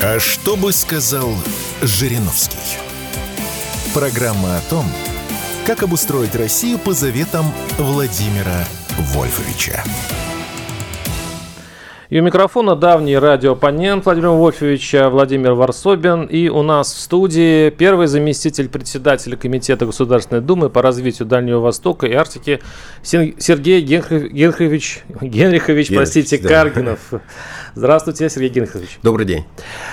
А что бы сказал Жириновский? Программа о том, как обустроить Россию по заветам Владимира Вольфовича. И у микрофона давний радиооппонент Владимира Вольфовича Владимир Варсобин. И у нас в студии первый заместитель председателя Комитета Государственной Думы по развитию Дальнего Востока и Арктики Сергей Генрихович, Каргинов. Здравствуйте, Сергей Генрихович. Добрый день.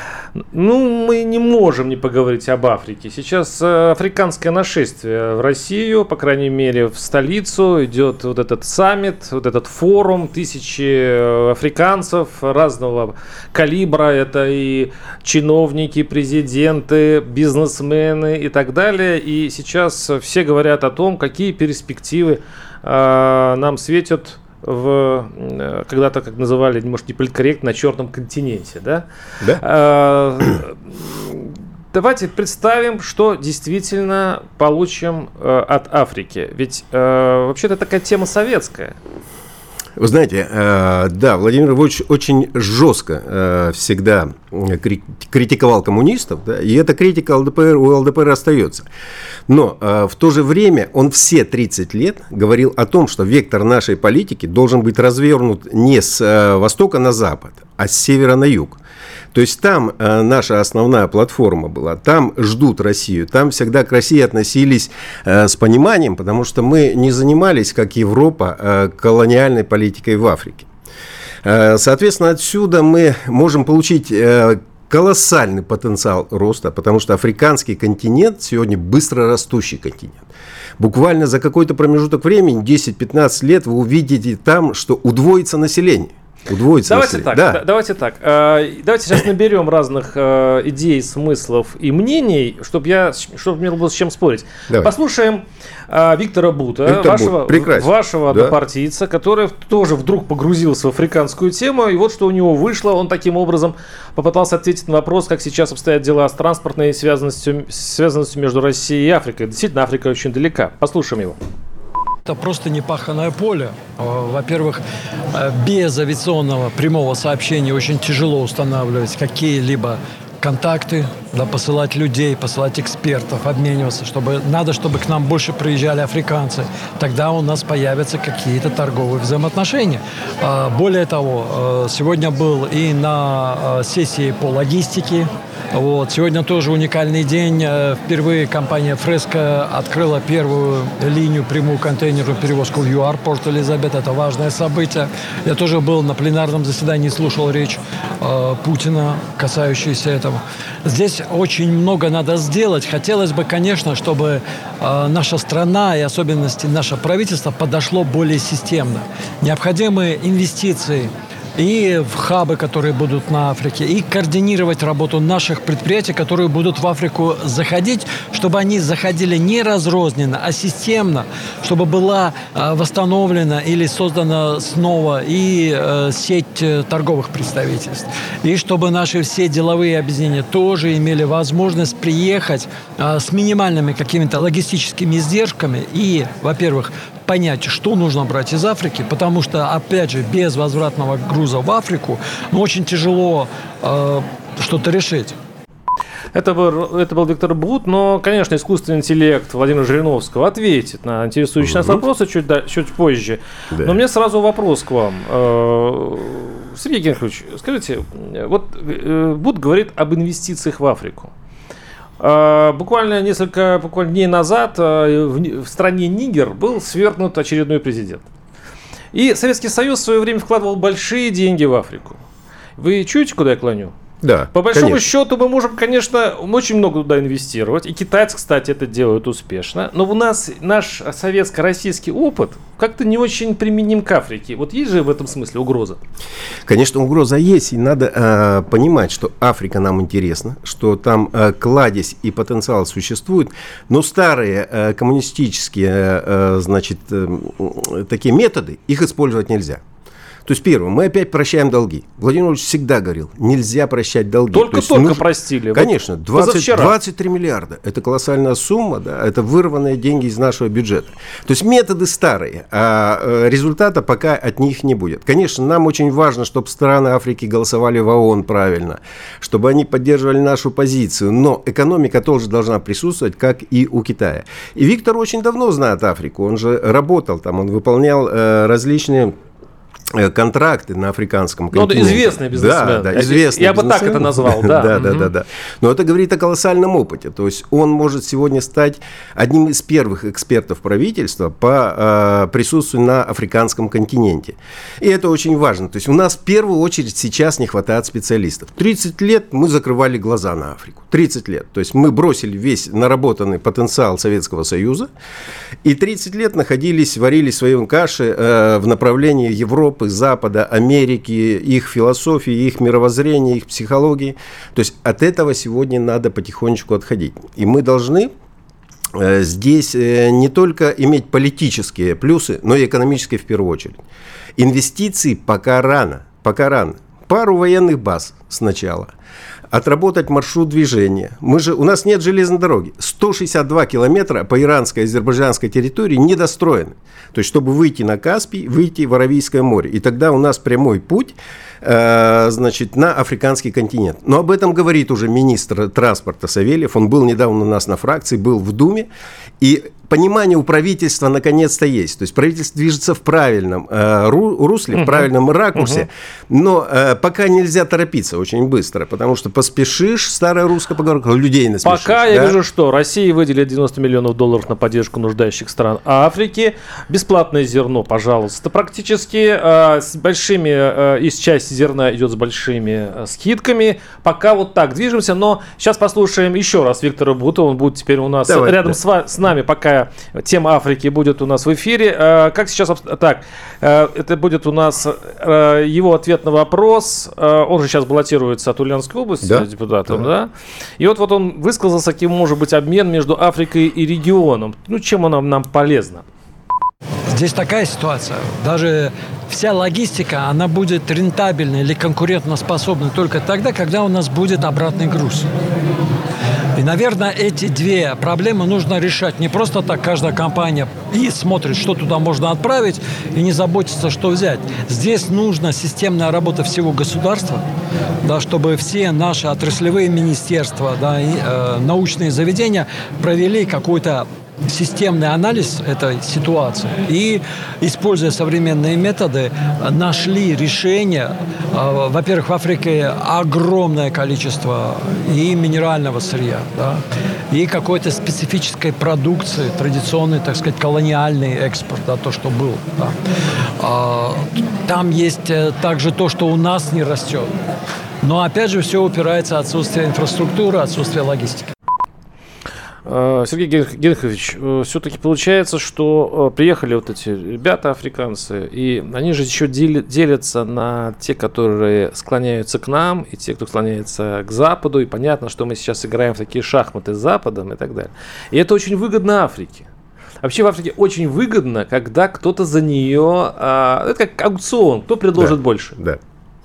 Мы не можем не поговорить об Африке. Сейчас африканское нашествие в Россию, по крайней мере, в столицу. Идет вот этот саммит, вот этот форум. Тысячи африканцев разного калибра. Это и чиновники, президенты, бизнесмены и так далее. И сейчас все говорят о том, какие перспективы нам светят когда-то, как называли, может, не политкорректно, на черном континенте, да? Да. Давайте представим, что действительно получим от Африки. Ведь вообще-то такая тема советская. Вы знаете, да, Владимир Вольфович очень жестко всегда критиковал коммунистов, да, и эта критика у ЛДПР остается. Но в то же время он все 30 лет говорил о том, что вектор нашей политики должен быть развернут не с востока на запад, а с севера на юг. То есть там наша основная платформа была, там ждут Россию, там всегда к России относились с пониманием, потому что мы не занимались, как Европа, колониальной политикой в Африке. Соответственно, отсюда мы можем получить колоссальный потенциал роста, потому что африканский континент сегодня быстро растущий континент. Буквально за какой-то промежуток времени, 10-15 лет, вы увидите там, что удвоится население. Давайте так. Давайте сейчас наберем разных идей, смыслов и мнений, чтобы мне было с чем спорить. Давай. Послушаем Виктора Бута, вашего однопартийца, который тоже вдруг погрузился в африканскую тему. И вот что у него вышло. Он таким образом попытался ответить на вопрос, как сейчас обстоят дела с транспортной связанностью между Россией и Африкой. Действительно, Африка очень далека. Послушаем его. Это просто непаханное поле. Во-первых, без авиационного прямого сообщения очень тяжело устанавливать какие-либо контакты, да, посылать людей, посылать экспертов, обмениваться, чтобы к нам больше приезжали африканцы. Тогда у нас появятся какие-то торговые взаимоотношения. Более того, сегодня был и на сессии по логистике. Сегодня тоже уникальный день. Впервые компания «Фреско» открыла первую линию, прямую контейнерную перевозку в ЮАР, Порт Элизабет. Это важное событие. Я тоже был на пленарном заседании, слушал речь Путина, касающуюся этого. Здесь очень много надо сделать. Хотелось бы, конечно, чтобы наша страна и особенности наше правительство подошло более системно. Необходимы инвестиции и в хабы, которые будут на Африке, и координировать работу наших предприятий, которые будут в Африку заходить, чтобы они заходили не разрозненно, а системно, чтобы была восстановлена или создана снова и сеть торговых представительств. И чтобы наши все деловые объединения тоже имели возможность приехать с минимальными какими-то логистическими издержками и, во-первых, понять, что нужно брать из Африки, потому что, опять же, без возвратного груза в Африку очень тяжело что-то решить. Это был Виктор Бут, но, конечно, искусственный интеллект Владимира Жириновского ответит на интересующие нас вопросы чуть позже. Да. Но у меня сразу вопрос к вам. Сергей Генрихович, скажите, вот Бут говорит об инвестициях в Африку. Буквально несколько дней назад в стране Нигер был свергнут очередной президент. И Советский Союз в свое время вкладывал большие деньги в Африку. Вы чуете, куда я клоню? Да, по большому счету мы можем, конечно, очень много туда инвестировать. И китайцы, кстати, это делают успешно. Но у нас наш советско-российский опыт как-то не очень применим к Африке. Вот есть же в этом смысле угроза? Конечно, угроза есть. И надо понимать, что Африка нам интересна, что там кладезь и потенциал существует. Но старые коммунистические, такие методы, их использовать нельзя. То есть, первое, мы опять прощаем долги. Владимир Владимирович всегда говорил, нельзя прощать долги. Только простили. Конечно, 23 миллиарда. Это колоссальная сумма, да, это вырванные деньги из нашего бюджета. То есть, методы старые, а результата пока от них не будет. Конечно, нам очень важно, чтобы страны Африки голосовали в ООН правильно, чтобы они поддерживали нашу позицию, но экономика тоже должна присутствовать, как и у Китая. И Виктор очень давно знает Африку, он же работал там, он выполнял различные контракты на африканском континенте. Ну, известный бизнесмен. Да, известный Я бы так это назвал, да. Да. Но это говорит о колоссальном опыте. То есть он может сегодня стать одним из первых экспертов правительства по присутствию на африканском континенте. И это очень важно. То есть у нас в первую очередь сейчас не хватает специалистов. 30 лет мы закрывали глаза на Африку. 30 лет. То есть мы бросили весь наработанный потенциал Советского Союза и 30 лет находились, варили свои каши в направлении Европы, Запада, Америки, их философии, их мировоззрения, их психологии. То есть от этого сегодня надо потихонечку отходить. И мы должны здесь не только иметь политические плюсы, но и экономические в первую очередь. Инвестиции пока рано. Пару военных баз сначала. Отработать маршрут движения. У нас нет железной дороги. 162 километра по иранской и азербайджанской территории недостроены. То есть, чтобы выйти на Каспий, выйти в Аравийское море. И тогда у нас прямой путь, на африканский континент. Но об этом говорит уже министр транспорта Савельев. Он был недавно у нас на фракции, был в Думе. И понимание у правительства наконец-то есть. То есть правительство движется в правильном русле, в правильном ракурсе, но пока нельзя торопиться очень быстро, потому что поспешишь, старая русская поговорка, людей насмешишь. Пока я вижу, что Россия выделит $90 миллионов на поддержку нуждающих стран Африки, бесплатное зерно, пожалуйста, практически с большими, из части зерна идет с большими скидками. Пока вот так движемся, но сейчас послушаем еще раз Виктора Бутова, он будет теперь у нас рядом с нами, пока тема Африки будет у нас в эфире. Как сейчас... Так, это будет у нас его ответ на вопрос. Он же сейчас баллотируется от Ульяновской области депутатом, да? И вот он высказался, каким может быть обмен между Африкой и регионом. Ну, чем он нам полезно? Здесь такая ситуация. Даже вся логистика, она будет рентабельной или конкурентоспособной только тогда, когда у нас будет обратный груз. И, наверное, эти две проблемы нужно решать. Не просто так каждая компания и смотрит, что туда можно отправить, и не заботится, что взять. Здесь нужна системная работа всего государства, да, чтобы все наши отраслевые министерства, да, и, научные заведения провели какой-то системный анализ этой ситуации и, используя современные методы, нашли решение. Во-первых, в Африке огромное количество и минерального сырья, да, и какой-то специфической продукции, традиционный, так сказать, колониальный экспорт, да, то, что был. Да. Там есть также то, что у нас не растет. Но, опять же, все упирается в отсутствие инфраструктуры, отсутствие логистики. Сергей Генрихович, все-таки получается, что приехали вот эти ребята, африканцы, и они же еще делятся на те, которые склоняются к нам, и те, кто склоняется к Западу, и понятно, что мы сейчас играем в такие шахматы с Западом и так далее. И это очень выгодно Африке. Вообще в Африке очень выгодно, когда кто-то за нее, это как аукцион, кто предложит больше. Да.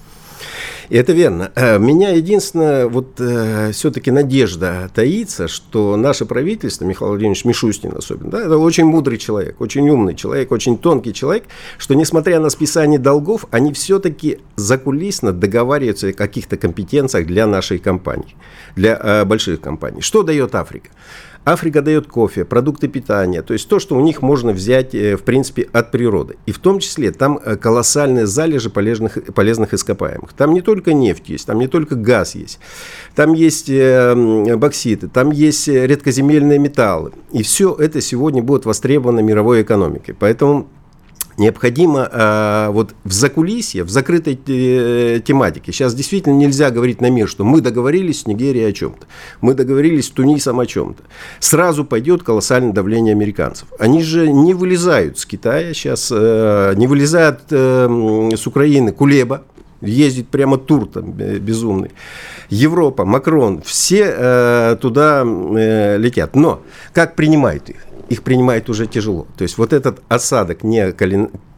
И это верно. Меня единственное, все-таки надежда таится, что наше правительство, Михаил Владимирович Мишустин особенно, да, это очень мудрый человек, очень умный человек, очень тонкий человек, что несмотря на списание долгов, они все-таки закулисно договариваются о каких-то компетенциях для нашей компании, для больших компаний. Что дает Африка? Африка дает кофе, продукты питания, то есть то, что у них можно взять, в принципе, от природы. И в том числе там колоссальные залежи полезных ископаемых. Там не только нефть есть, там не только газ есть, там есть бокситы, там есть редкоземельные металлы. И все это сегодня будет востребовано мировой экономикой. Поэтому необходимо в закулисье, в закрытой тематике. Сейчас действительно нельзя говорить на мир, что мы договорились с Нигерией о чем-то, мы договорились с Тунисом о чем-то. Сразу пойдет колоссальное давление американцев. Они же не вылезают с Китая сейчас, не вылезают с Украины. Кулеба ездит прямо тур там безумный. Европа, Макрон, все туда летят. Но как принимают их? Их принимают уже тяжело. То есть вот этот осадок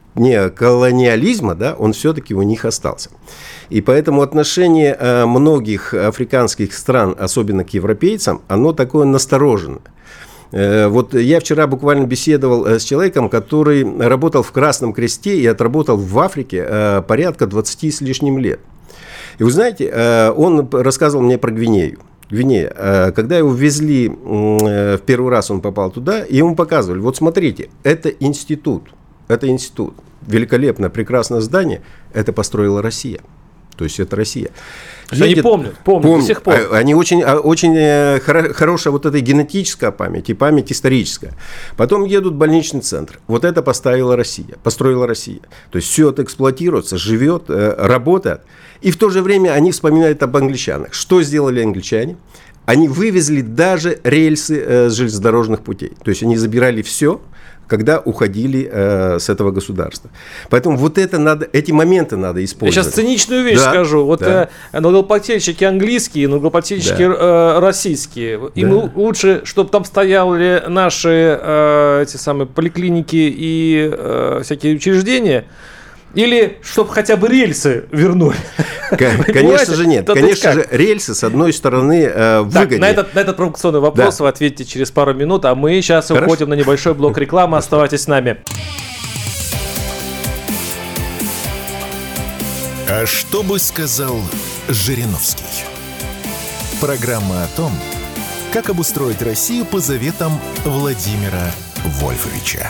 колониализма, да, он все-таки у них остался. И поэтому отношение многих африканских стран, особенно к европейцам, оно такое настороженное. Вот я вчера буквально беседовал с человеком, который работал в Красном Кресте и отработал в Африке порядка 20 с лишним лет. И вы знаете, он рассказывал мне про Гвинею. Гвинея. Когда его везли, в первый раз он попал туда, и ему показывали, вот смотрите, это институт, великолепное, прекрасное здание, это построила Россия. То есть это Россия. Они помнят до сих пор. Они очень хорошая вот эта генетическая память и память историческая. Потом едут в больничный центр. Вот это построила Россия. То есть все это эксплуатируется, живет, работает. И в то же время они вспоминают об англичанах. Что сделали англичане? Они вывезли даже рельсы с железнодорожных путей. То есть они забирали все, когда уходили с этого государства. Поэтому вот эти моменты надо использовать. Я сейчас циничную вещь скажу. Вот налогоплательщики английские, налогоплательщики российские. Им лучше, чтобы там стояли наши эти самые поликлиники и всякие учреждения, или чтобы хотя бы рельсы вернули. Конечно же нет. Конечно же рельсы, с одной стороны, выгоднее. На этот провокационный вопрос вы ответите через пару минут, а мы сейчас уходим на небольшой блок рекламы. Оставайтесь с нами. А что бы сказал Жириновский? Программа о том, как обустроить Россию по заветам Владимира Вольфовича.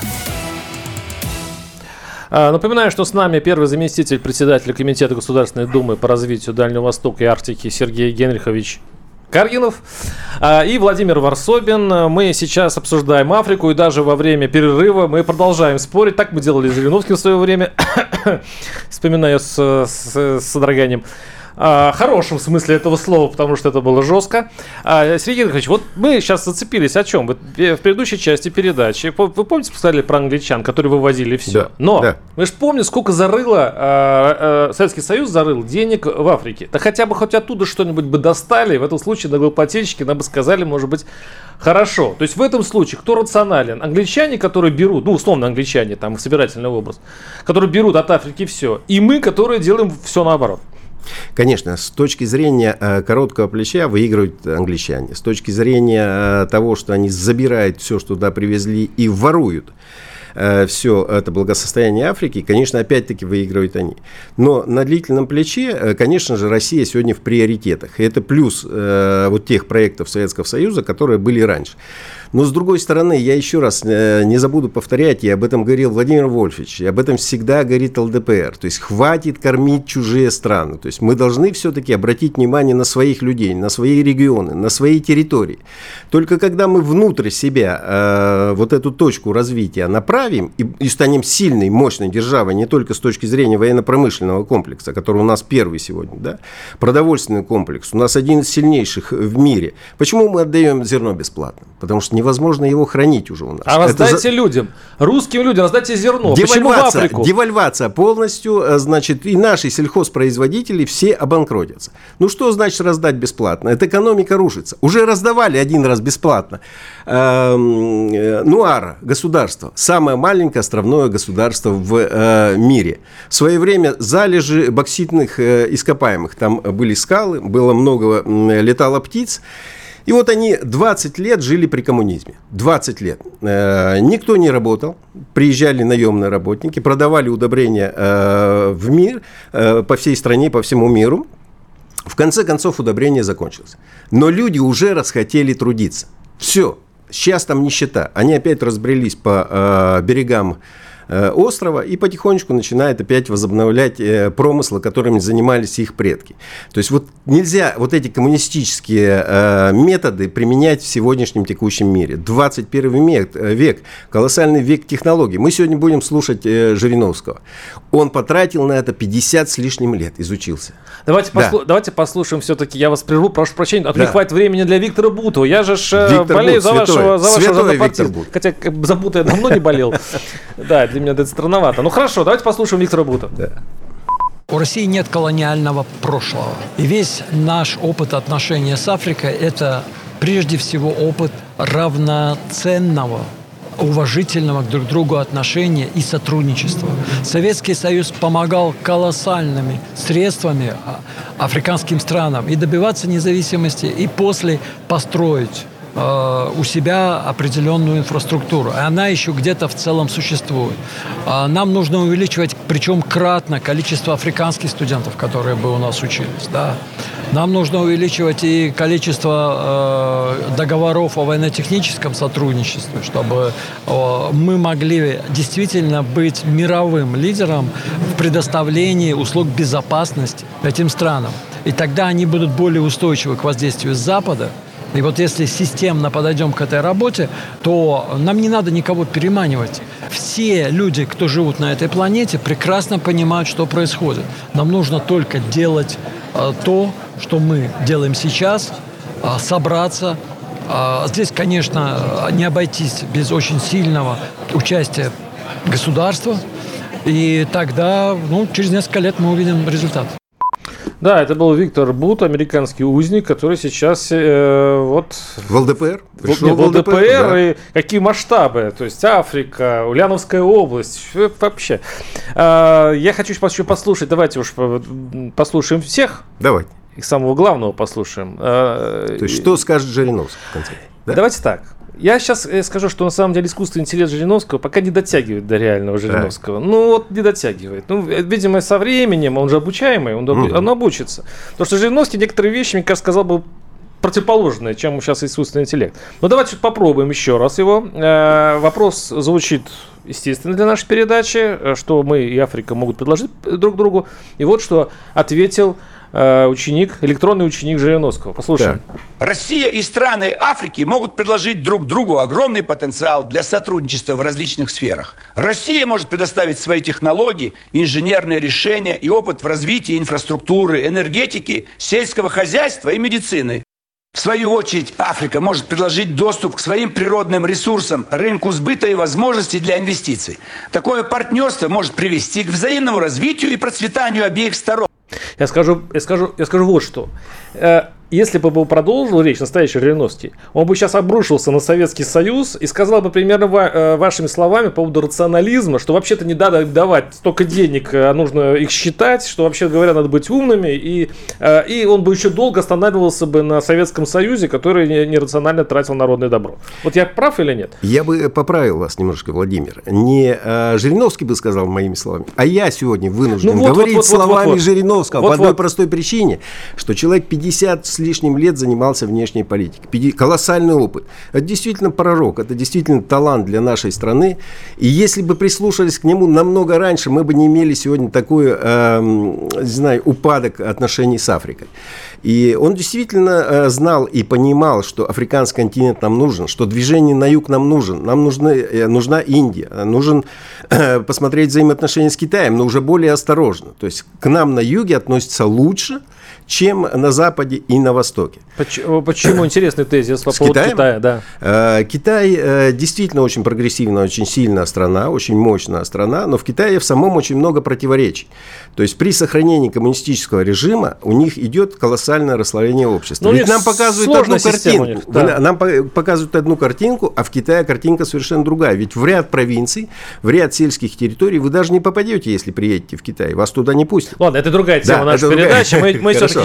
Напоминаю, что с нами первый заместитель председателя Комитета Государственной Думы по развитию Дальнего Востока и Арктики Сергей Генрихович Каргинов и Владимир Варсобин. Мы сейчас обсуждаем Африку, и даже во время перерыва мы продолжаем спорить. Так мы делали с Жириновским в свое время, вспоминаю с содроганием. В хорошем смысле этого слова, потому что это было жестко. Сергей Генрихович, вот мы сейчас зацепились о чем? В предыдущей части передачи, вы помните, сказали про англичан, которые вывозили все? Да. Но вы же помните, сколько Советский Союз зарыл денег в Африке? Да хотя бы хоть оттуда что-нибудь бы достали, в этом случае налогоплательщики нам бы сказали, может быть, хорошо. То есть в этом случае кто рационален? Англичане, которые берут, условно англичане, там собирательный образ, которые берут от Африки все, и мы, которые делаем все наоборот. Конечно, с точки зрения короткого плеча выигрывают англичане. С точки зрения того, что они забирают все, что туда привезли, и воруют все это благосостояние Африки, конечно, опять-таки выигрывают они. Но на длительном плече, конечно же, Россия сегодня в приоритетах. И это плюс вот тех проектов Советского Союза, которые были раньше. Но, с другой стороны, я еще раз не забуду повторять, и об этом говорил Владимир Вольфович, и об этом всегда говорит ЛДПР. То есть, хватит кормить чужие страны. То есть, мы должны все-таки обратить внимание на своих людей, на свои регионы, на свои территории. Только когда мы внутрь себя вот эту точку развития направим и станем сильной, мощной державой, не только с точки зрения военно-промышленного комплекса, который у нас первый сегодня, да, продовольственный комплекс, у нас один из сильнейших в мире. Почему мы отдаем зерно бесплатно? Потому что невозможно его хранить уже у нас. А раздайте людям, русским людям, раздайте зерно. Почему в Африку? Девальвация полностью, значит, и наши сельхозпроизводители все обанкротятся. Ну что значит раздать бесплатно? Это экономика рушится. Уже раздавали один раз бесплатно. НУАРа, государство, самое маленькое островное государство в мире. В свое время залежи бокситных ископаемых. Там были скалы, было много, летало птиц. И вот они 20 лет жили при коммунизме. 20 лет. Никто не работал. Приезжали наемные работники, продавали удобрения в мир, по всей стране, по всему миру. В конце концов удобрение закончилось. Но люди уже расхотели трудиться. Все. Сейчас там нищета. Они опять разбрелись по берегам острова и потихонечку начинает опять возобновлять промыслы, которыми занимались их предки. То есть вот нельзя вот эти коммунистические методы применять в сегодняшнем текущем мире. 21 век, колоссальный век технологий. Мы сегодня будем слушать Жириновского. Он потратил на это 50 с лишним лет, изучился. Давайте послушаем все-таки, я вас прерву, прошу прощения, а то не хватит времени для Виктора Бутова. Я же болею за вашего однопартийца. Хотя за Бута я давно не болел. Да, для меня это странновато. Ну хорошо, давайте послушаем Виктора Бута. У России нет колониального прошлого. И весь наш опыт отношения с Африкой – это прежде всего опыт равноценного уважительного друг к другу отношения и сотрудничества. Советский Союз помогал колоссальными средствами африканским странам и добиваться независимости, и после построить у себя определенную инфраструктуру. И она еще где-то в целом существует. Нам нужно увеличивать, причем кратно, количество африканских студентов, которые бы у нас учились. Да. Нам нужно увеличивать и количество договоров о военно-техническом сотрудничестве, чтобы мы могли действительно быть мировым лидером в предоставлении услуг безопасности этим странам. И тогда они будут более устойчивы к воздействию с Запада. И вот если системно подойдем к этой работе, то нам не надо никого переманивать. Все люди, кто живут на этой планете, прекрасно понимают, что происходит. Нам нужно только делать то, что мы делаем сейчас, собраться. Здесь, конечно, не обойтись без очень сильного участия государства. И тогда, через несколько лет мы увидим результат. Да, это был Виктор Бут, американский узник, который сейчас в ЛДПР. Пришел в ЛДПР, да. И какие масштабы, то есть Африка, Ульяновская область, вообще. Я хочу еще послушать, давайте уж послушаем всех. Давайте. И самого главного послушаем. То есть что скажет Жириновский в конце? Да? Давайте так. Я сейчас скажу, что на самом деле искусственный интеллект Жириновского пока не дотягивает до реального Жириновского. Не дотягивает. Видимо, со временем, он же обучаемый, он обучится. Потому что Жириновский некоторые вещи, мне кажется, сказал бы противоположное, чем сейчас искусственный интеллект. Но давайте попробуем еще раз его. Вопрос звучит, естественно, для нашей передачи, что мы и Африка могут предложить друг другу. И вот что ответил электронный ученик Жириновского. Послушаем. Да. Россия и страны Африки могут предложить друг другу огромный потенциал для сотрудничества в различных сферах. Россия может предоставить свои технологии, инженерные решения и опыт в развитии инфраструктуры, энергетики, сельского хозяйства и медицины. В свою очередь, Африка может предложить доступ к своим природным ресурсам, рынку сбыта и возможностей для инвестиций. Такое партнерство может привести к взаимному развитию и процветанию обеих сторон. Я скажу вот что. Если бы он продолжил речь настоящий Жириновский, он бы сейчас обрушился на Советский Союз и сказал бы примерно вашими словами по поводу рационализма, что вообще-то не надо давать столько денег, а нужно их считать, что вообще говоря, надо быть умными, и он бы еще долго останавливался бы на Советском Союзе, который нерационально тратил народное добро. Вот я прав или нет? Я бы поправил вас немножко, Владимир. Не Жириновский бы сказал моими словами, а я сегодня вынужден говорить словами Жириновского по одной простой причине, что человек 50 с лишним лет занимался внешней политикой. Колоссальный опыт. Это действительно пророк, это действительно талант для нашей страны. И если бы прислушались к нему намного раньше, мы бы не имели сегодня такой, упадок отношений с Африкой. И он действительно знал и понимал, что африканский континент нам нужен, что движение на юг нам нужен. Нам нужна Индия, нужен посмотреть взаимоотношения с Китаем, но уже более осторожно. То есть к нам на юге относятся лучше, чем на Западе и на Востоке. Почему? Интересный тезис по поводу Китая. Да. Китай действительно очень прогрессивная, очень сильная страна, очень мощная страна, но в Китае в самом очень много противоречий. То есть при сохранении коммунистического режима у них идет колоссальное расслоение общества. Ведь нам показывают одну картинку. Да. Нам показывают одну картинку, а в Китае картинка совершенно другая. Ведь в ряд провинций, в ряд сельских территорий вы даже не попадете, если приедете в Китай. Вас туда не пустят. Ладно, это другая тема нашей передачи. Мы все-таки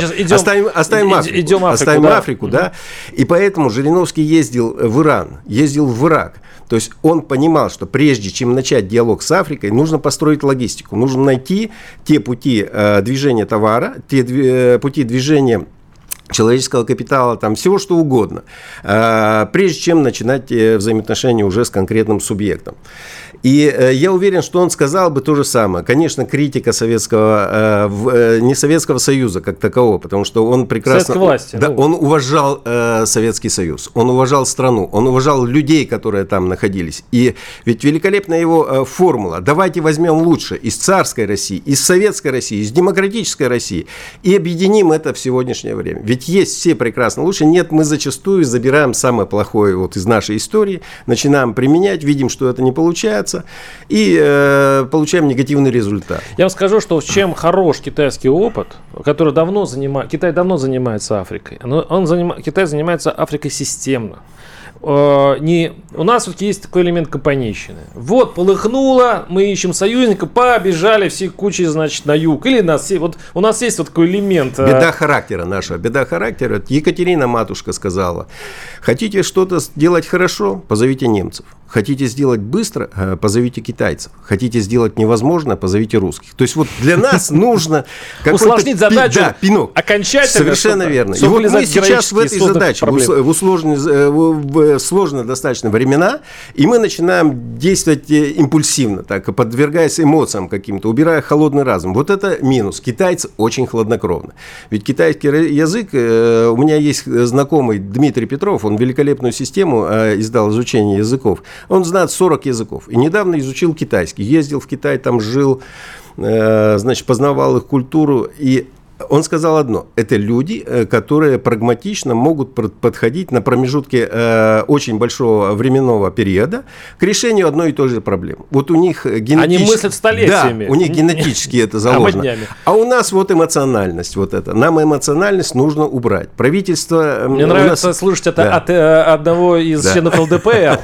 Оставим Африку, да. И поэтому Жириновский ездил в Иран, ездил в Ирак. То есть он понимал, что прежде чем начать диалог с Африкой, нужно построить логистику, нужно найти те пути движения товара, те пути движения человеческого капитала, там всего что угодно, прежде чем начинать взаимоотношения уже с конкретным субъектом. И я уверен, что он сказал бы то же самое. Конечно, критика не Советского Союза как такового, потому что он прекрасно... власти, он уважал Советский Союз, он уважал страну, он уважал людей, которые там находились. И ведь великолепная его формула. Давайте возьмем лучше из царской России, из советской России, из демократической России и объединим это в сегодняшнее время. Ведь есть все прекрасно лучше. Нет, мы зачастую забираем самое плохое вот из нашей истории, начинаем применять, видим, что это не получается, и получаем негативный результат. Я вам скажу, что чем хорош китайский опыт, который Китай давно занимается Африкой. Китай занимается Африкой системно. у нас все-таки есть такой элемент компанейщины. Вот, полыхнуло, мы ищем союзника, побежали все кучей, значит, на юг. Или вот у нас есть вот такой элемент. Беда характера наша, беда характера. Екатерина Матушка сказала: хотите что-то делать хорошо, позовите немцев. Хотите сделать быстро, позовите китайцев. Хотите сделать невозможно, позовите русских. То есть вот для нас нужно усложнить задачу, пинок. Окончательно. Совершенно верно. И вот мы сейчас в этой задаче, в сложные достаточно времена, и мы начинаем действовать импульсивно, так, подвергаясь эмоциям каким-то, убирая холодный разум. Вот это минус. Китайцы очень хладнокровны. Ведь китайский язык, у меня есть знакомый Дмитрий Петров, он великолепную систему издал изучение языков. Он знает 40 языков. И недавно изучил китайский. Ездил в Китай, там жил, значит, познавал их культуру. И он сказал одно: это люди, которые прагматично могут подходить на промежутке очень большого временного периода к решению одной и той же проблемы. Вот у них генетически... Они мыслят столетиями. Да, у них генетически это заложено. А у нас вот эмоциональность вот эта. Нам эмоциональность нужно убрать. Правительство... Мне нравится слушать это от одного из членов ЛДПР.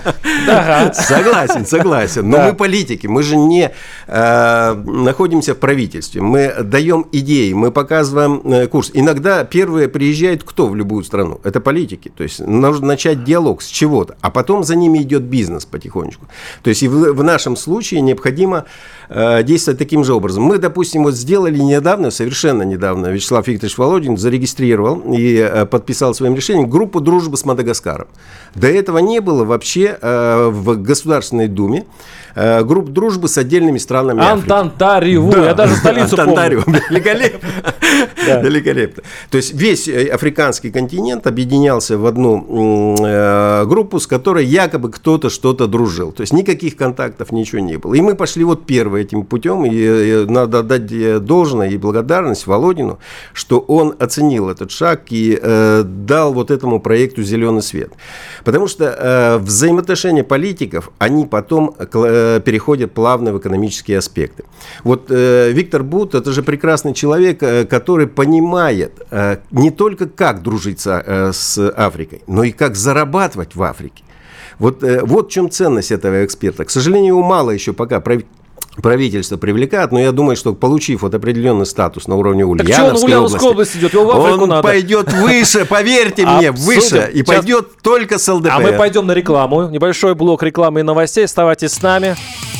Согласен. Но мы политики, мы же не находимся в правительстве. Мы даем идеи, мы показываем курс. Иногда первые приезжают кто в любую страну? Это политики. То есть нужно начать диалог с чего-то, а потом за ними идет бизнес потихонечку. То есть и в нашем случае необходимо действовать таким же образом. Мы, допустим, вот сделали недавно, совершенно недавно, Вячеслав Викторович Володин зарегистрировал и подписал своим решением группу дружбы с Мадагаскаром. До этого не было вообще в Государственной Думе групп дружбы с отдельными странами Африки. Антантариеву, да. Я даже столицу помню. Великолепно. Великолепно. То есть весь африканский континент объединялся в одну группу, с которой якобы кто-то что-то дружил. То есть никаких контактов, ничего не было. И мы пошли вот первые этим путем, и надо отдать должное и благодарность Володину, что он оценил этот шаг и дал вот этому проекту зеленый свет. Потому что взаимоотношения политиков, они потом переходят плавно в экономические аспекты. Вот Виктор Бут, это же прекрасный человек, который понимает не только как дружить с Африкой, но и как зарабатывать в Африке. Вот в чем ценность этого эксперта. К сожалению, его мало еще пока правительство привлекает, но я думаю, что получив вот определенный статус на уровне Ульяновской области, идет? Его в Африку он надо. Пойдет выше, поверьте мне, выше, и пойдет только с ЛДПР. А мы пойдем на рекламу. Небольшой блок рекламы и новостей. Оставайтесь с нами.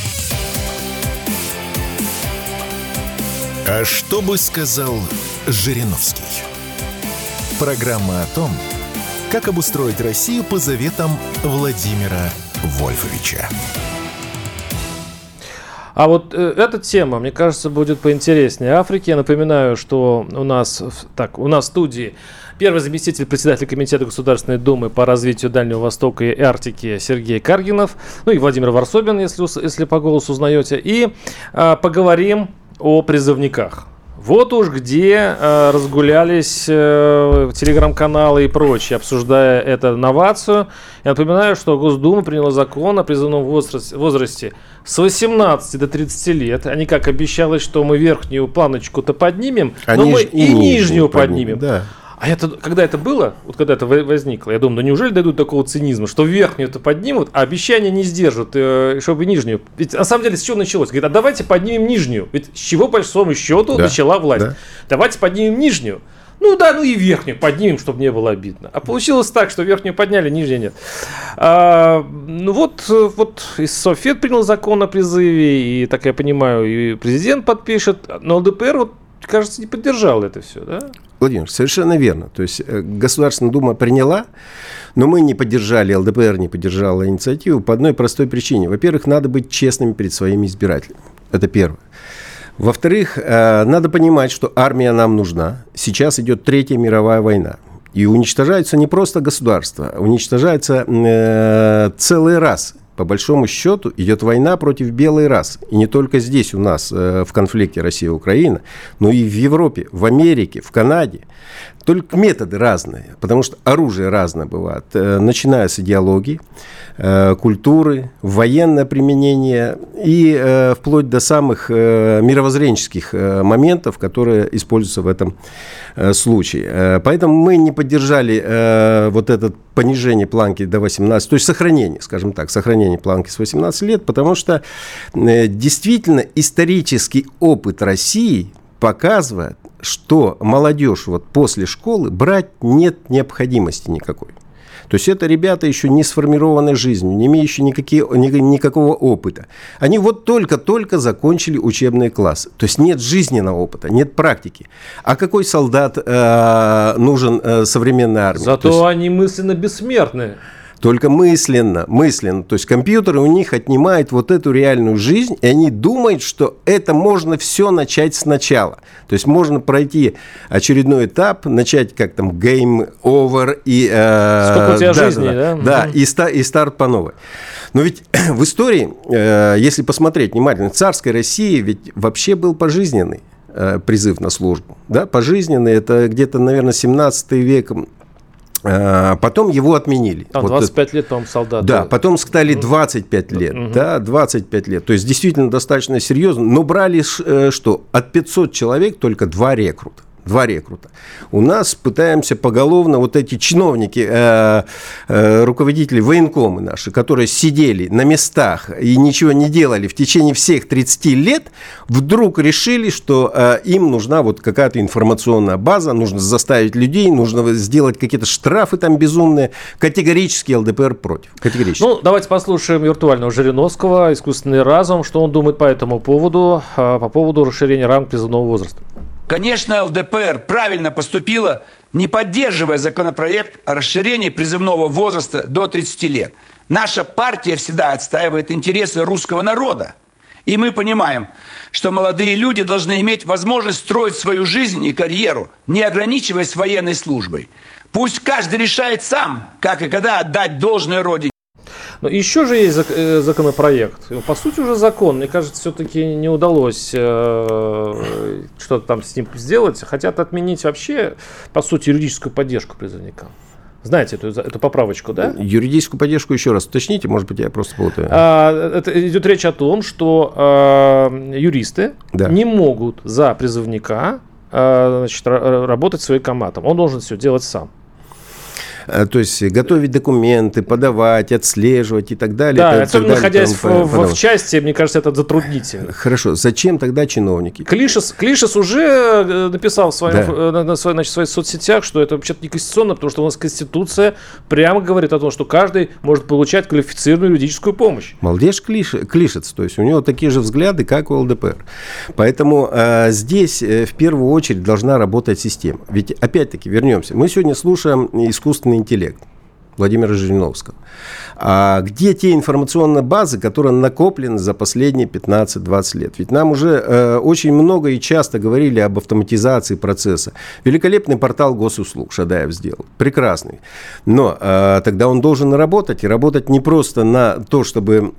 А что бы сказал Жириновский? Программа о том, как обустроить Россию по заветам Владимира Вольфовича. А вот эта тема, мне кажется, будет поинтереснее Африки. Я напоминаю, что у нас в студии первый заместитель председателя Комитета Государственной Думы по развитию Дальнего Востока и Арктики Сергей Каргинов, ну и Владимир Варсобин, если по голосу узнаете. И поговорим о призывниках. Вот уж где разгулялись телеграм-каналы и прочее, обсуждая эту новацию. Я напоминаю, что Госдума приняла закон о призывном возрасте с 18 до 30 лет. А не как обещалось, что мы верхнюю планочку-то поднимем, но мы и нижнюю поднимем. Да. А когда это было, вот когда это возникло, я думаю, ну неужели дойдут до такого цинизма, что верхнюю-то поднимут, а обещания не сдержат, чтобы нижнюю. Ведь на самом деле с чего началось? Говорит, а давайте поднимем нижнюю. Ведь с чего, по большому счету, начала власть? Да. Давайте поднимем нижнюю. Ну и верхнюю поднимем, чтобы не было обидно. А получилось так, что верхнюю подняли, нижнюю нет. Вот и Совет принял закон о призыве, и, так я понимаю, и президент подпишет, но ЛДПР, кажется, не поддержал это все, да? Владимир, совершенно верно. То есть Государственная Дума приняла, но мы не поддержали, ЛДПР не поддержала инициативу по одной простой причине. Во-первых, надо быть честными перед своими избирателями. Это первое. Во-вторых, надо понимать, что армия нам нужна. Сейчас идет Третья мировая война. И уничтожаются не просто государства, уничтожается целый рас. По большому счету идет война против белой расы. И не только здесь у нас в конфликте Россия-Украина, но и в Европе, в Америке, в Канаде. Только методы разные, потому что оружие разное бывает, начиная с идеологии, культуры, военное применение и вплоть до самых мировоззренческих моментов, которые используются в этом случае. Поэтому мы не поддержали вот это понижение планки до 18, то есть сохранение, скажем так, сохранение планки с 18 лет, потому что действительно исторический опыт России показывает, что молодежь вот после школы брать нет необходимости никакой. То есть это ребята еще не сформированной жизнью, не имеющие никакого опыта. Они вот только-только закончили учебные классы. То есть нет жизненного опыта, нет практики. А какой солдат нужен современной армии? Зато они мысленно бессмертны. Только мысленно. То есть компьютеры у них отнимают вот эту реальную жизнь, и они думают, что это можно все начать сначала. То есть можно пройти очередной этап, начать как там game over и... Сколько у тебя жизни, да? Да, и старт по новой. Но ведь в истории, если посмотреть внимательно, в царской России ведь вообще был пожизненный призыв на службу. Да? Пожизненный, это где-то, наверное, 17 век. Потом его отменили. Там 25 лет, по-моему, солдат. Да, потом стали 25 лет. Да, 25 лет. То есть, действительно, достаточно серьезно. Но брали что? От 500 человек только 2 рекрута. 2 рекрута. У нас пытаемся поголовно вот эти чиновники, руководители военкомы наши, которые сидели на местах и ничего не делали в течение всех 30 лет, вдруг решили, что им нужна вот какая-то информационная база, нужно заставить людей, нужно сделать какие-то штрафы там безумные. Категорически ЛДПР против. Категорически. Ну, давайте послушаем виртуального Жириновского, искусственный разум, что он думает по этому поводу, по поводу расширения рамок призывного возраста. Конечно, ЛДПР правильно поступила, не поддерживая законопроект о расширении призывного возраста до 30 лет. Наша партия всегда отстаивает интересы русского народа. И мы понимаем, что молодые люди должны иметь возможность строить свою жизнь и карьеру, не ограничиваясь военной службой. Пусть каждый решает сам, как и когда отдать должное родине. Но еще же есть законопроект. По сути, уже закон. Мне кажется, все-таки не удалось что-то там с ним сделать. Хотят отменить вообще, по сути, юридическую поддержку призывникам. Знаете эту поправочку, да? Юридическую поддержку еще раз уточните, может быть, я просто путаю. Это идет речь о том, что юристы не могут за призывника работать своим командам. Он должен все делать сам. То есть готовить документы, подавать, отслеживать и так далее. Да, особенно находясь в части, мне кажется, это затруднительно. Хорошо, зачем тогда чиновники? Клишес уже написал в своих соцсетях, что это вообще-то неконституционно, потому что у нас Конституция прямо говорит о том, что каждый может получать квалифицированную юридическую помощь. Малдеж Клишец, то есть у него такие же взгляды, как у ЛДПР. Поэтому здесь в первую очередь должна работать система. Ведь опять-таки, вернемся, мы сегодня слушаем искусственный интеллект Владимира Жириновского. А где те информационные базы, которые накоплены за последние 15-20 лет? Ведь нам уже очень много и часто говорили об автоматизации процесса. Великолепный портал госуслуг Шадаев сделал. Прекрасный. Но тогда он должен работать. И работать не просто на то, чтобы,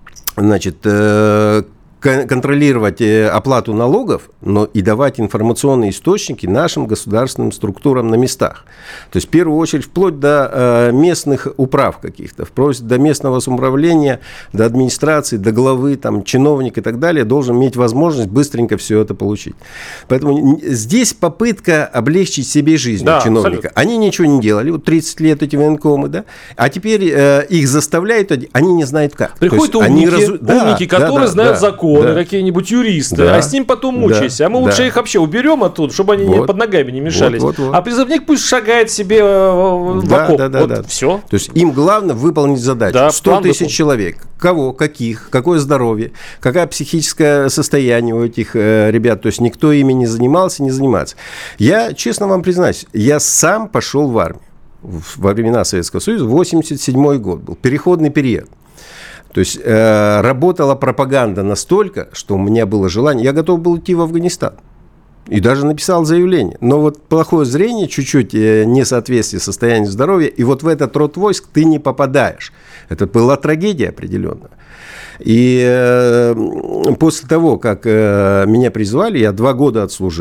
контролировать оплату налогов, но и давать информационные источники нашим государственным структурам на местах. То есть, в первую очередь, вплоть до местных управ каких-то, вплоть до местного самоуправления, до администрации, до главы, там, чиновник и так далее, должен иметь возможность быстренько все это получить. Поэтому здесь попытка облегчить себе жизнь чиновника. Абсолютно. Они ничего не делали, вот 30 лет эти военкомы, да, а теперь их заставляют, они не знают как. Приходят умники, которые знают закон. Какие-нибудь юристы, а с ним потом мучайся. А мы лучше их вообще уберем оттуда, чтобы они под ногами не мешались. А призывник пусть шагает себе в окоп. Все. То есть им главное выполнить задачу. 100 тысяч человек. Кого, каких, какое здоровье, какое психическое состояние у этих ребят. То есть никто ими не занимался, не занимается. Я, честно вам признаюсь, я сам пошел в армию. Во времена Советского Союза, 87-й год был, переходный период. То есть работала пропаганда настолько, что у меня было желание, я готов был идти в Афганистан. И даже написал заявление. Но вот плохое зрение, чуть-чуть несоответствие состоянию здоровья, и вот в этот род войск ты не попадаешь. Это была трагедия определенная. И после того, как меня призвали, я 2 года отслужил.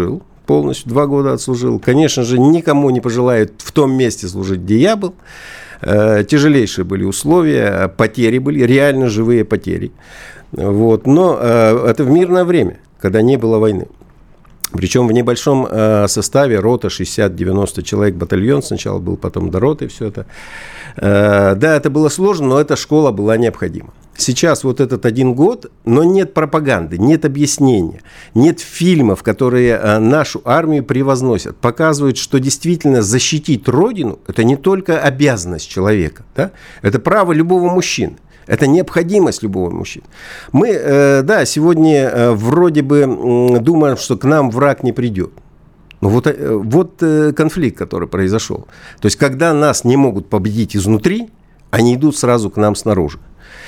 полностью, 2 года отслужил. Конечно же, никому не пожелают в том месте служить, где я был. Тяжелейшие были условия, потери были, реально живые потери. Вот. Но это в мирное время, когда не было войны. Причем в небольшом составе, рота 60-90 человек, батальон сначала был, потом до роты все это. Да, это было сложно, но эта школа была необходима. Сейчас вот этот 1 год, но нет пропаганды, нет объяснения, нет фильмов, которые нашу армию превозносят, показывают, что действительно защитить Родину – это не только обязанность человека, да? Это право любого мужчины. Это необходимость любого мужчины. Мы, да, сегодня вроде бы думаем, что к нам враг не придет. Но вот конфликт, который произошел. То есть, когда нас не могут победить изнутри, они идут сразу к нам снаружи.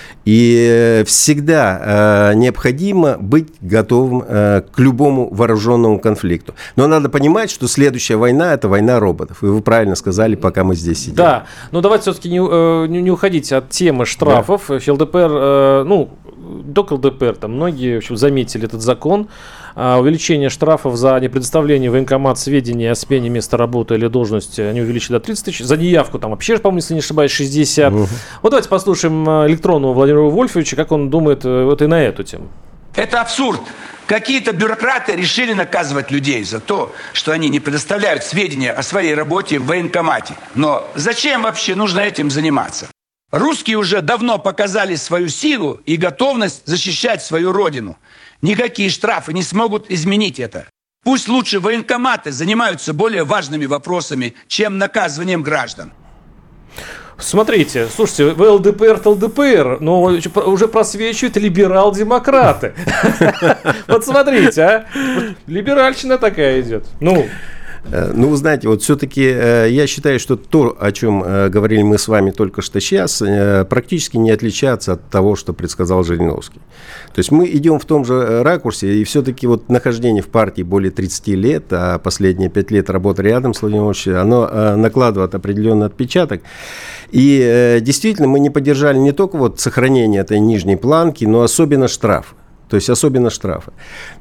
И всегда необходимо быть готовым к любому вооруженному конфликту. Но надо понимать, что следующая война – это война роботов. И вы правильно сказали, пока мы здесь сидим. Да, но давайте все-таки не уходить от темы штрафов. Да. ЛДПР, только ЛДПР, там многие, в общем, заметили этот закон. Увеличение штрафов за непредоставление в военкомат сведений о смене места работы или должности они увеличили до 30 тысяч. За неявку там вообще, по-моему, если не ошибаюсь, 60. Вот давайте послушаем электронного Владимира Вольфовича, как он думает вот и на эту тему. Это абсурд. Какие-то бюрократы решили наказывать людей за то, что они не предоставляют сведения о своей работе в военкомате. Но зачем вообще нужно этим заниматься? Русские уже давно показали свою силу и готовность защищать свою родину. Никакие штрафы не смогут изменить это. Пусть лучше военкоматы занимаются более важными вопросами, чем наказыванием граждан. Смотрите, слушайте, вы ЛДПР-то ЛДПР, но уже просвечивают либерал-демократы. Вот смотрите, а, либеральщина такая идет. Ну, вы знаете, вот все-таки я считаю, что то, о чем говорили мы с вами только что сейчас, практически не отличается от того, что предсказал Жириновский. То есть мы идем в том же ракурсе, и все-таки вот нахождение в партии более 30 лет, а последние 5 лет работы рядом с Владимиром Владимировичем, оно накладывает определенный отпечаток. И действительно мы не поддержали не только вот сохранение этой нижней планки, но особенно штрафы. То есть особенно штрафы.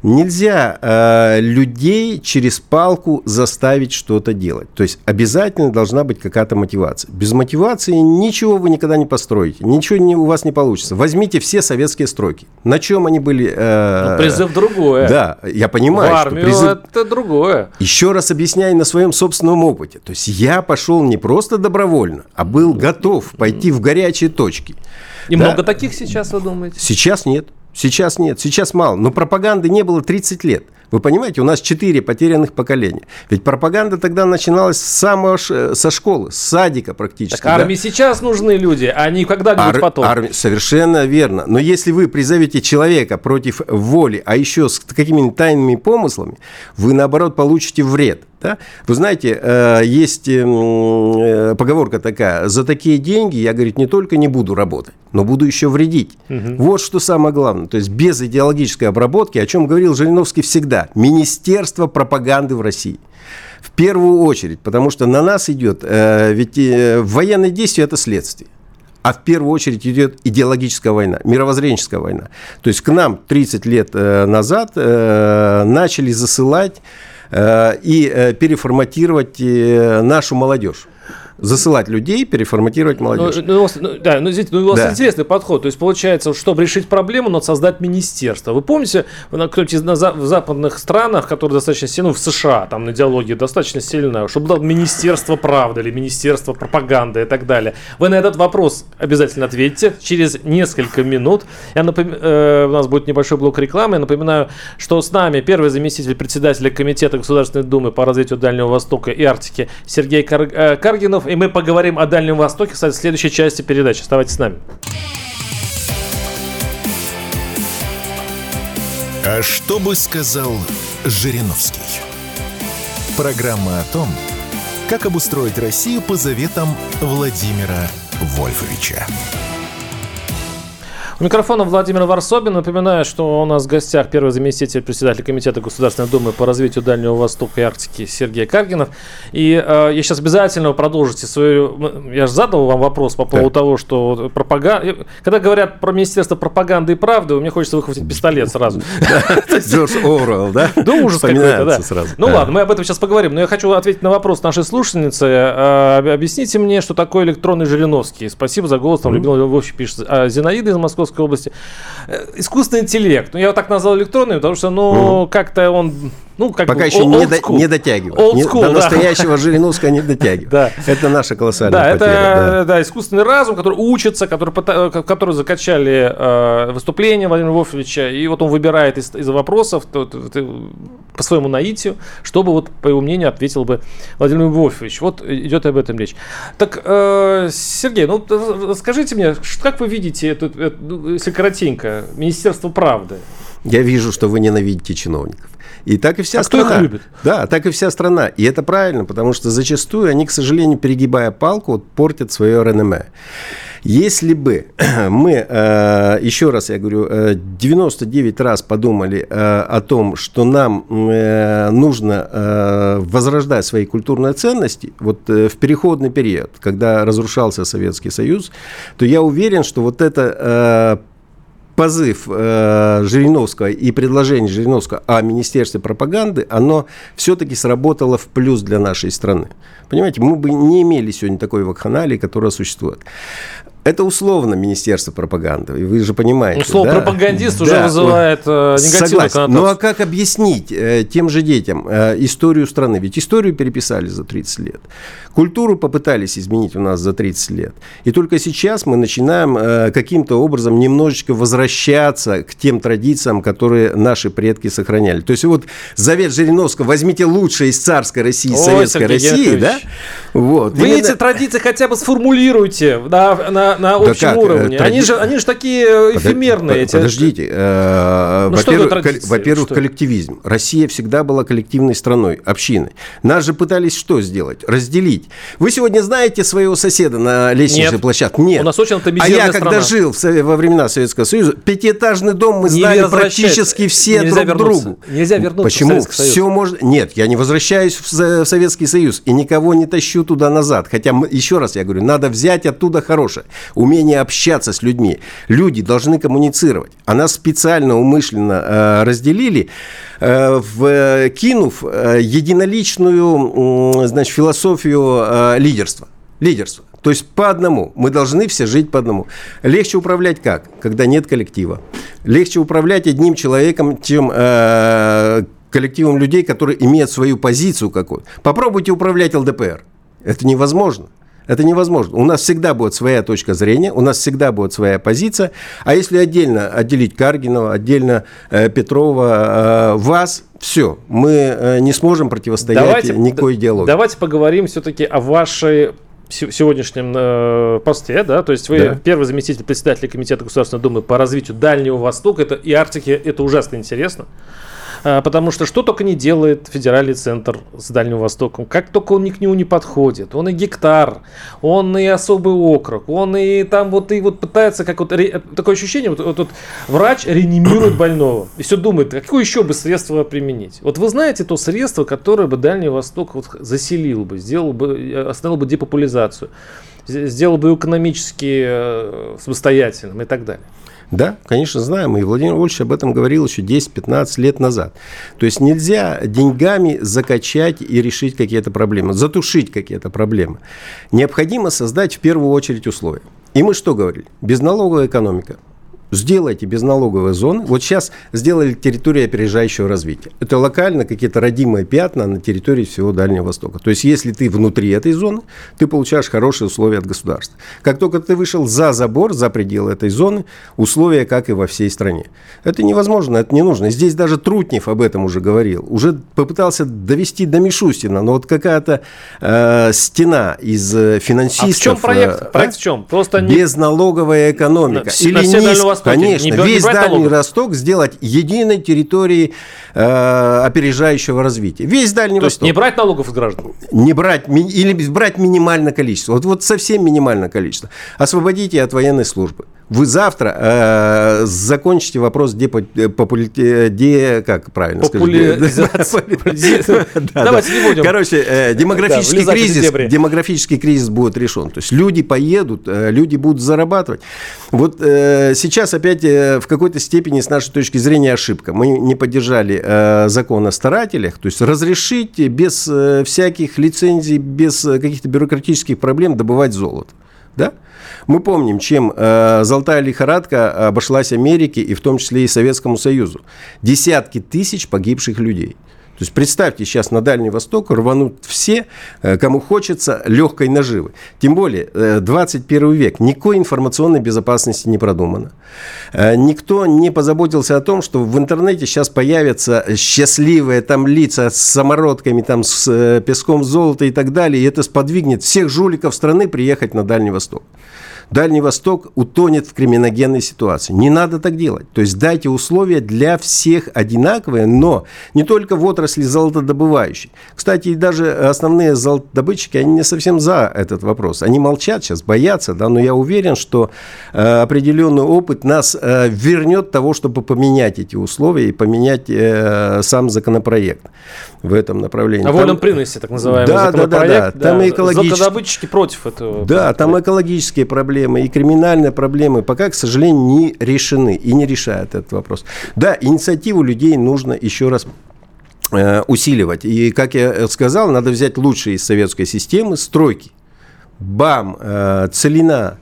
Нельзя людей через палку заставить что-то делать. То есть обязательно должна быть какая-то мотивация. Без мотивации ничего вы никогда не построите. Ничего у вас не получится. Возьмите все советские стройки. На чем они были? Призыв другое. Да, я понимаю. В армию что призыв... это другое. Еще раз объясняю на своем собственном опыте. То есть я пошел не просто добровольно, а был готов пойти в горячие точки. И много таких сейчас, вы думаете? Сейчас нет. Сейчас нет, сейчас мало. Но пропаганды не было 30 лет. Вы понимаете, у нас 4 потерянных поколения. Ведь пропаганда тогда начиналась со школы, с садика практически. Так армии сейчас нужны люди, а не когда-нибудь потом. Совершенно верно. Но если вы призовете человека против воли, а еще с какими-то тайными помыслами, вы, наоборот, получите вред. Да? Вы знаете, есть поговорка такая: за такие деньги я, говорит, не только не буду работать, но буду еще вредить. Вот что самое главное. То есть без идеологической обработки, о чем говорил Жириновский всегда, Министерство пропаганды в России. В первую очередь, потому что на нас идет, ведь военные действия – это следствие. А в первую очередь идет идеологическая война, мировоззренческая война. То есть к нам 30 лет назад начали засылать и переформатировать нашу молодежь. Засылать людей, переформатировать молодежь. У вас интересный подход. То есть, получается, чтобы решить проблему, надо создать министерство. Вы помните, в западных странах, которые достаточно сильны, в США, там идеология достаточно сильная, чтобы было министерство правды или министерство пропаганды и так далее. Вы на этот вопрос обязательно ответите через несколько минут. У нас будет небольшой блок рекламы. Я напоминаю, что с нами первый заместитель председателя Комитета Государственной Думы по развитию Дальнего Востока и Арктики Сергей Каргинов. И мы поговорим о Дальнем Востоке, кстати, в следующей части передачи. Оставайтесь с нами. А что бы сказал Жириновский? Программа о том, как обустроить Россию по заветам Владимира Вольфовича. У микрофона Владимир Варсобин. Напоминаю, что у нас в гостях первый заместитель председателя Комитета Государственной Думы по развитию Дальнего Востока и Арктики Сергей Каргинов. И я сейчас обязательно продолжите свою... Я же задал вам вопрос по поводу того, что пропаганда... Когда говорят про Министерство пропаганды и правды, мне хочется выхватить пистолет сразу. Джордж Оруэлл, да? Да ужас какой-то, да. Ну ладно, мы об этом сейчас поговорим. Но я хочу ответить на вопрос нашей слушательницы. Объясните мне, что такое электронный Жириновский. Спасибо за голос. Там Людмила Львович пишет. Зинаида из Московской области. Искусственный интеллект. Я его так назвал электронный, потому что, как-то он... Пока еще не дотягивает. До настоящего Жириновского не дотягивает. Это наша колоссальная потеря. Да, искусственный разум, который учится, который закачали выступление Владимира Вольфовича, и вот он выбирает из вопросов по своему наитию, чтобы, вот, по его мнению, ответил бы Владимир Вольфович. Вот идет об этом речь. Так, Сергей, скажите мне, как вы видите, если коротенько, Министерство правды? Я вижу, что вы ненавидите чиновников. И так и вся страна. Кто их любит? Да, так и вся страна. И это правильно, потому что зачастую они, к сожалению, перегибая палку, портят свое реноме. Если бы мы, еще раз я говорю, 99 раз подумали о том, что нам нужно возрождать свои культурные ценности, вот в переходный период, когда разрушался Советский Союз, то я уверен, что вот это... позыв Жириновского и предложение Жириновского о Министерстве пропаганды, оно все-таки сработало в плюс для нашей страны. Понимаете, мы бы не имели сегодня такой вакханалии, которая существует. Это условно Министерство пропаганды, и вы же понимаете. Слово пропагандист уже вызывает негативную коннотацию. Ну а как объяснить тем же детям историю страны? Ведь историю переписали за 30 лет. Культуру попытались изменить у нас за 30 лет. И только сейчас мы начинаем каким-то образом немножечко возвращаться к тем традициям, которые наши предки сохраняли. То есть вот завет Жириновского: возьмите лучшее из царской России, советской России, да? Вот. Вы эти традиции хотя бы сформулируйте на общем уровне. Они же такие эфемерные. Подождите. Во-первых, коллективизм. Россия всегда была коллективной страной, общиной. Нас же пытались что сделать? Разделить. Вы сегодня знаете своего соседа на лестничной площадке? Нет. У нас очень атомизированная страна. А я, когда жил во времена Советского Союза, пятиэтажный дом мы знали практически все друг другу. Нельзя вернуться Почему? в Советский Союз. Все можно... Нет, я не возвращаюсь в Советский Союз и никого не тащу туда назад. Хотя, еще раз я говорю, надо взять оттуда хорошее. Умение общаться с людьми. Люди должны коммуницировать. А нас специально, умышленно разделили, кинув единоличную, значит, философию лидерства. То есть по одному. Мы должны все жить по одному. Легче управлять как? Когда нет коллектива. Легче управлять одним человеком, чем коллективом людей, которые имеют свою позицию какую-то. Попробуйте управлять ЛДПР. Это невозможно. Это невозможно. У нас всегда будет своя точка зрения, у нас всегда будет своя позиция. А если отдельно отделить Каргинова, отдельно Петрова, вас, все, мы не сможем противостоять никакой идеологии. Давайте поговорим все-таки о вашей сегодняшнем посте, да, то есть вы первый заместитель председателя Комитета Государственной Думы по развитию Дальнего Востока и Арктики. Это ужасно интересно. Потому что только не делает федеральный центр с Дальним Востоком, как только он к нему не подходит, он и гектар, он и особый округ, он и там вот пытается, как такое ощущение, вот врач реанимирует больного и все думает, какое еще бы средство применить. Вот вы знаете то средство, которое бы Дальний Восток заселил бы, остановил бы депопулизацию, сделал бы экономически самостоятельным и так далее. Да, конечно, знаем. И Владимир Вольфович об этом говорил еще 10-15 лет назад. То есть нельзя деньгами закачать и решить какие-то проблемы, затушить какие-то проблемы. Необходимо создать в первую очередь условия. И мы что говорили? Безналоговая экономика. Сделайте безналоговые зоны. Вот сейчас сделали территорию опережающего развития. Это локально какие-то родимые пятна на территории всего Дальнего Востока. То есть, если ты внутри этой зоны, ты получаешь хорошие условия от государства. Как только ты вышел за забор, за пределы этой зоны, условия, как и во всей стране. Это невозможно, это не нужно. И здесь даже Трутнев об этом уже говорил. Уже попытался довести до Мишустина, но вот какая-то стена из финансистов... А в чем проект? Проект в чем? Просто безналоговая экономика. Или низкая. Конечно, весь Дальний Восток сделать единой территорией опережающего развития. Весь Дальний Восток. То есть не брать налогов с граждан? Не брать, или брать минимальное количество. Вот совсем минимальное количество. Освободите от военной службы. Вы завтра закончите вопрос как правильно популяризации. Давайте не будем. Короче, демографический кризис будет решен. То есть люди поедут, люди будут зарабатывать. Вот сейчас опять в какой-то степени, с нашей точки зрения, ошибка. Мы не поддержали закон о старателях, то есть разрешить без всяких лицензий, без каких-то бюрократических проблем добывать золото. Да? Мы помним, чем золотая лихорадка обошлась Америке и в том числе и Советскому Союзу. Десятки тысяч погибших людей. То есть представьте, сейчас на Дальний Восток рванут все, кому хочется легкой наживы. Тем более 21 век, никакой информационной безопасности не продумано. Никто не позаботился о том, что в интернете сейчас появятся счастливые там лица с самородками, там, с песком золота и так далее. И это сподвигнет всех жуликов страны приехать на Дальний Восток. Дальний Восток утонет в криминогенной ситуации. Не надо так делать. То есть дайте условия для всех одинаковые, но не только в отрасли золотодобывающей. Кстати, и даже основные золотодобытчики, они не совсем за этот вопрос. Они молчат сейчас, боятся, да, но я уверен, что определенный опыт нас вернет того, чтобы поменять эти условия и поменять сам законопроект в этом направлении. О вольном приносе, так называемый законопроект. Да. Там золотодобытчики против этого. Да, там экологические проблемы и криминальные проблемы пока, к сожалению, не решены и не решают этот вопрос. Да, инициативу людей нужно еще раз усиливать. И, как я сказал, надо взять лучшие из советской системы стройки. БАМ, Целина,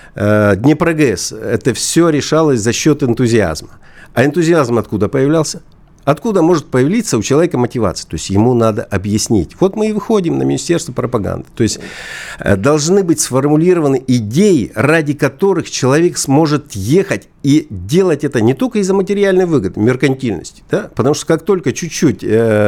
Днепрогэс. Это все решалось за счет энтузиазма. А энтузиазм откуда появлялся? Откуда может появиться у человека мотивация? То есть ему надо объяснить. Вот мы и выходим на Министерство пропаганды. То есть должны быть сформулированы идеи, ради которых человек сможет ехать и делать это не только из-за материальной выгоды, меркантильности. Да? Потому что как только чуть-чуть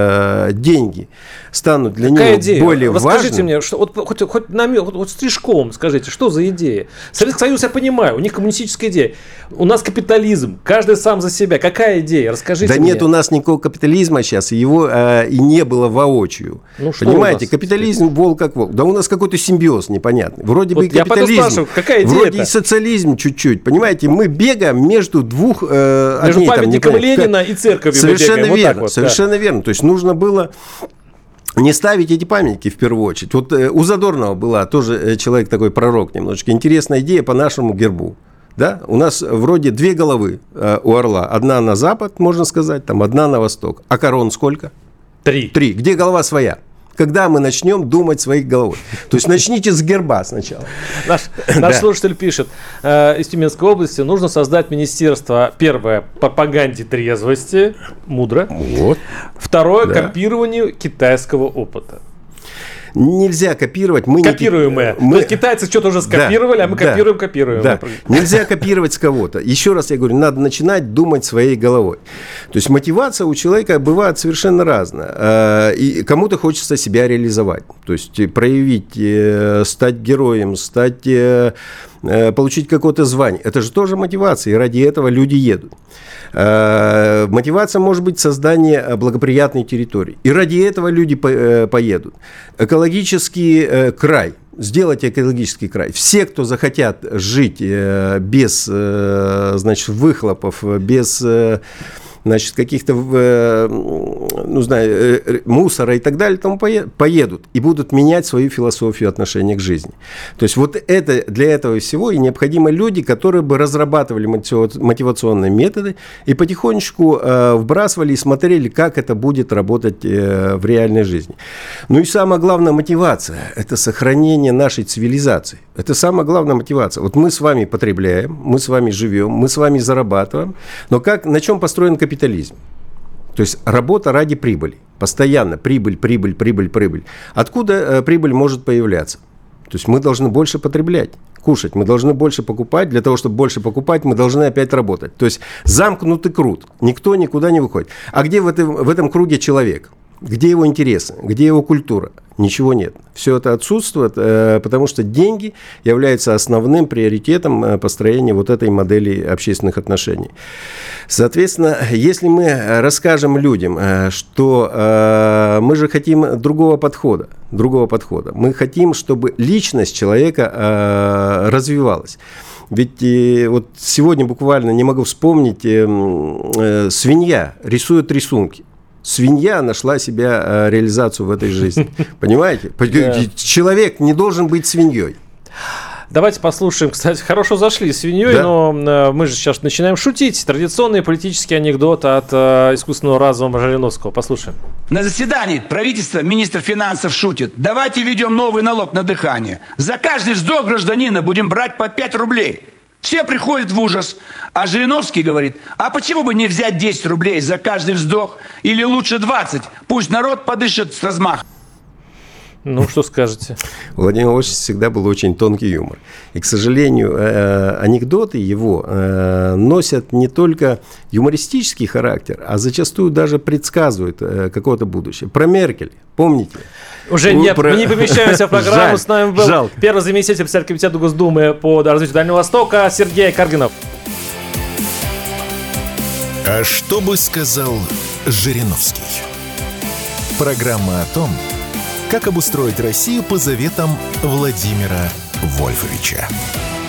деньги станут для него более важными... Расскажите мне, что, хоть стрижком скажите, что за идея? Советский Союз, я понимаю, у них коммунистическая идея. У нас капитализм, каждый сам за себя. Какая идея? Расскажите мне. Да нет у нас никакого капитализма сейчас, его и не было воочию. Ну, понимаете, капитализм вол как вол. Да у нас какой-то симбиоз непонятный. Вроде вот бы и капитализм, какая идея вроде и социализм чуть-чуть. Понимаете, мы бегаем между двух... между памятником Ленина и церковью. Совершенно верно, вот совершенно верно. То есть нужно было... не ставить эти памятники в первую очередь. Вот у Задорнова была тоже человек такой пророк немножечко. Интересная идея по нашему гербу. Да? У нас вроде две головы у орла. Одна на запад, можно сказать, там, одна на восток. А корон сколько? 3. Где голова своя? Когда мы начнем думать своей головой? То есть начните с герба сначала. Наш слушатель пишет. Из Тюменской области нужно создать министерство, первое, пропаганде трезвости. Мудро. Вот. Второе, копированию китайского опыта. Нельзя копировать. Копируемое. То есть китайцы что-то уже скопировали, а мы копируем. Да. Нельзя копировать с кого-то. Еще раз я говорю, надо начинать думать своей головой. То есть мотивация у человека бывает совершенно разная. И кому-то хочется себя реализовать. То есть проявить, стать героем, получить какое-то звание. Это же тоже мотивация, и ради этого люди едут. Мотивация может быть создание благоприятной территории. И ради этого люди поедут. Экологический край. Сделать экологический край. Все, кто захотят жить без, значит, выхлопов, без... значит, каких-то, мусора и так далее, там поедут и будут менять свою философию отношения к жизни. То есть вот это, для этого всего и необходимы люди, которые бы разрабатывали мотивационные методы и потихонечку вбрасывали и смотрели, как это будет работать в реальной жизни. Ну и самое главное, мотивация – это сохранение нашей цивилизации. Это самая главная мотивация. Вот мы с вами потребляем, мы с вами живем, мы с вами зарабатываем, но на чем построен капитализм? То есть работа ради прибыли. Постоянно прибыль. Откуда прибыль может появляться? То есть мы должны больше потреблять, кушать. Мы должны больше покупать. Для того, чтобы больше покупать, мы должны опять работать. То есть замкнутый круг. Никто никуда не выходит. А где в этом круге человек? Где его интересы? Где его культура? ничего нет. Все это отсутствует, потому что деньги являются основным приоритетом построения вот этой модели общественных отношений. Соответственно, если мы расскажем людям, что мы же хотим другого подхода, мы хотим, чтобы личность человека развивалась. Ведь вот сегодня буквально не могу вспомнить, свинья рисует рисунки. Свинья нашла себя реализацию в этой жизни. Понимаете? Человек не должен быть свиньей. Давайте послушаем, кстати, хорошо зашли с свиньей, да? Но мы же сейчас начинаем шутить. Традиционный политический анекдот от искусственного разума Жириновского. Послушаем. На заседании правительства министр финансов шутит: давайте введем новый налог на дыхание. За каждый вздох гражданина будем брать по 5 рублей. Все приходят в ужас. А Жириновский говорит: а почему бы не взять 10 рублей за каждый вздох? Или лучше 20? Пусть народ подышит с размахом. Ну, что скажете? У Владимира Владимировича всегда был очень тонкий юмор. И, к сожалению, анекдоты его носят не только юмористический характер, а зачастую даже предсказывают какое-то будущее. Про Меркель, помните? Уже нет, мы не помещаемся в программу. С нами был первый заместитель председателя комитета Госдумы по развитию Дальнего Востока Сергей Каргинов. А что бы сказал Жириновский? Программа о том, как обустроить Россию по заветам Владимира Вольфовича.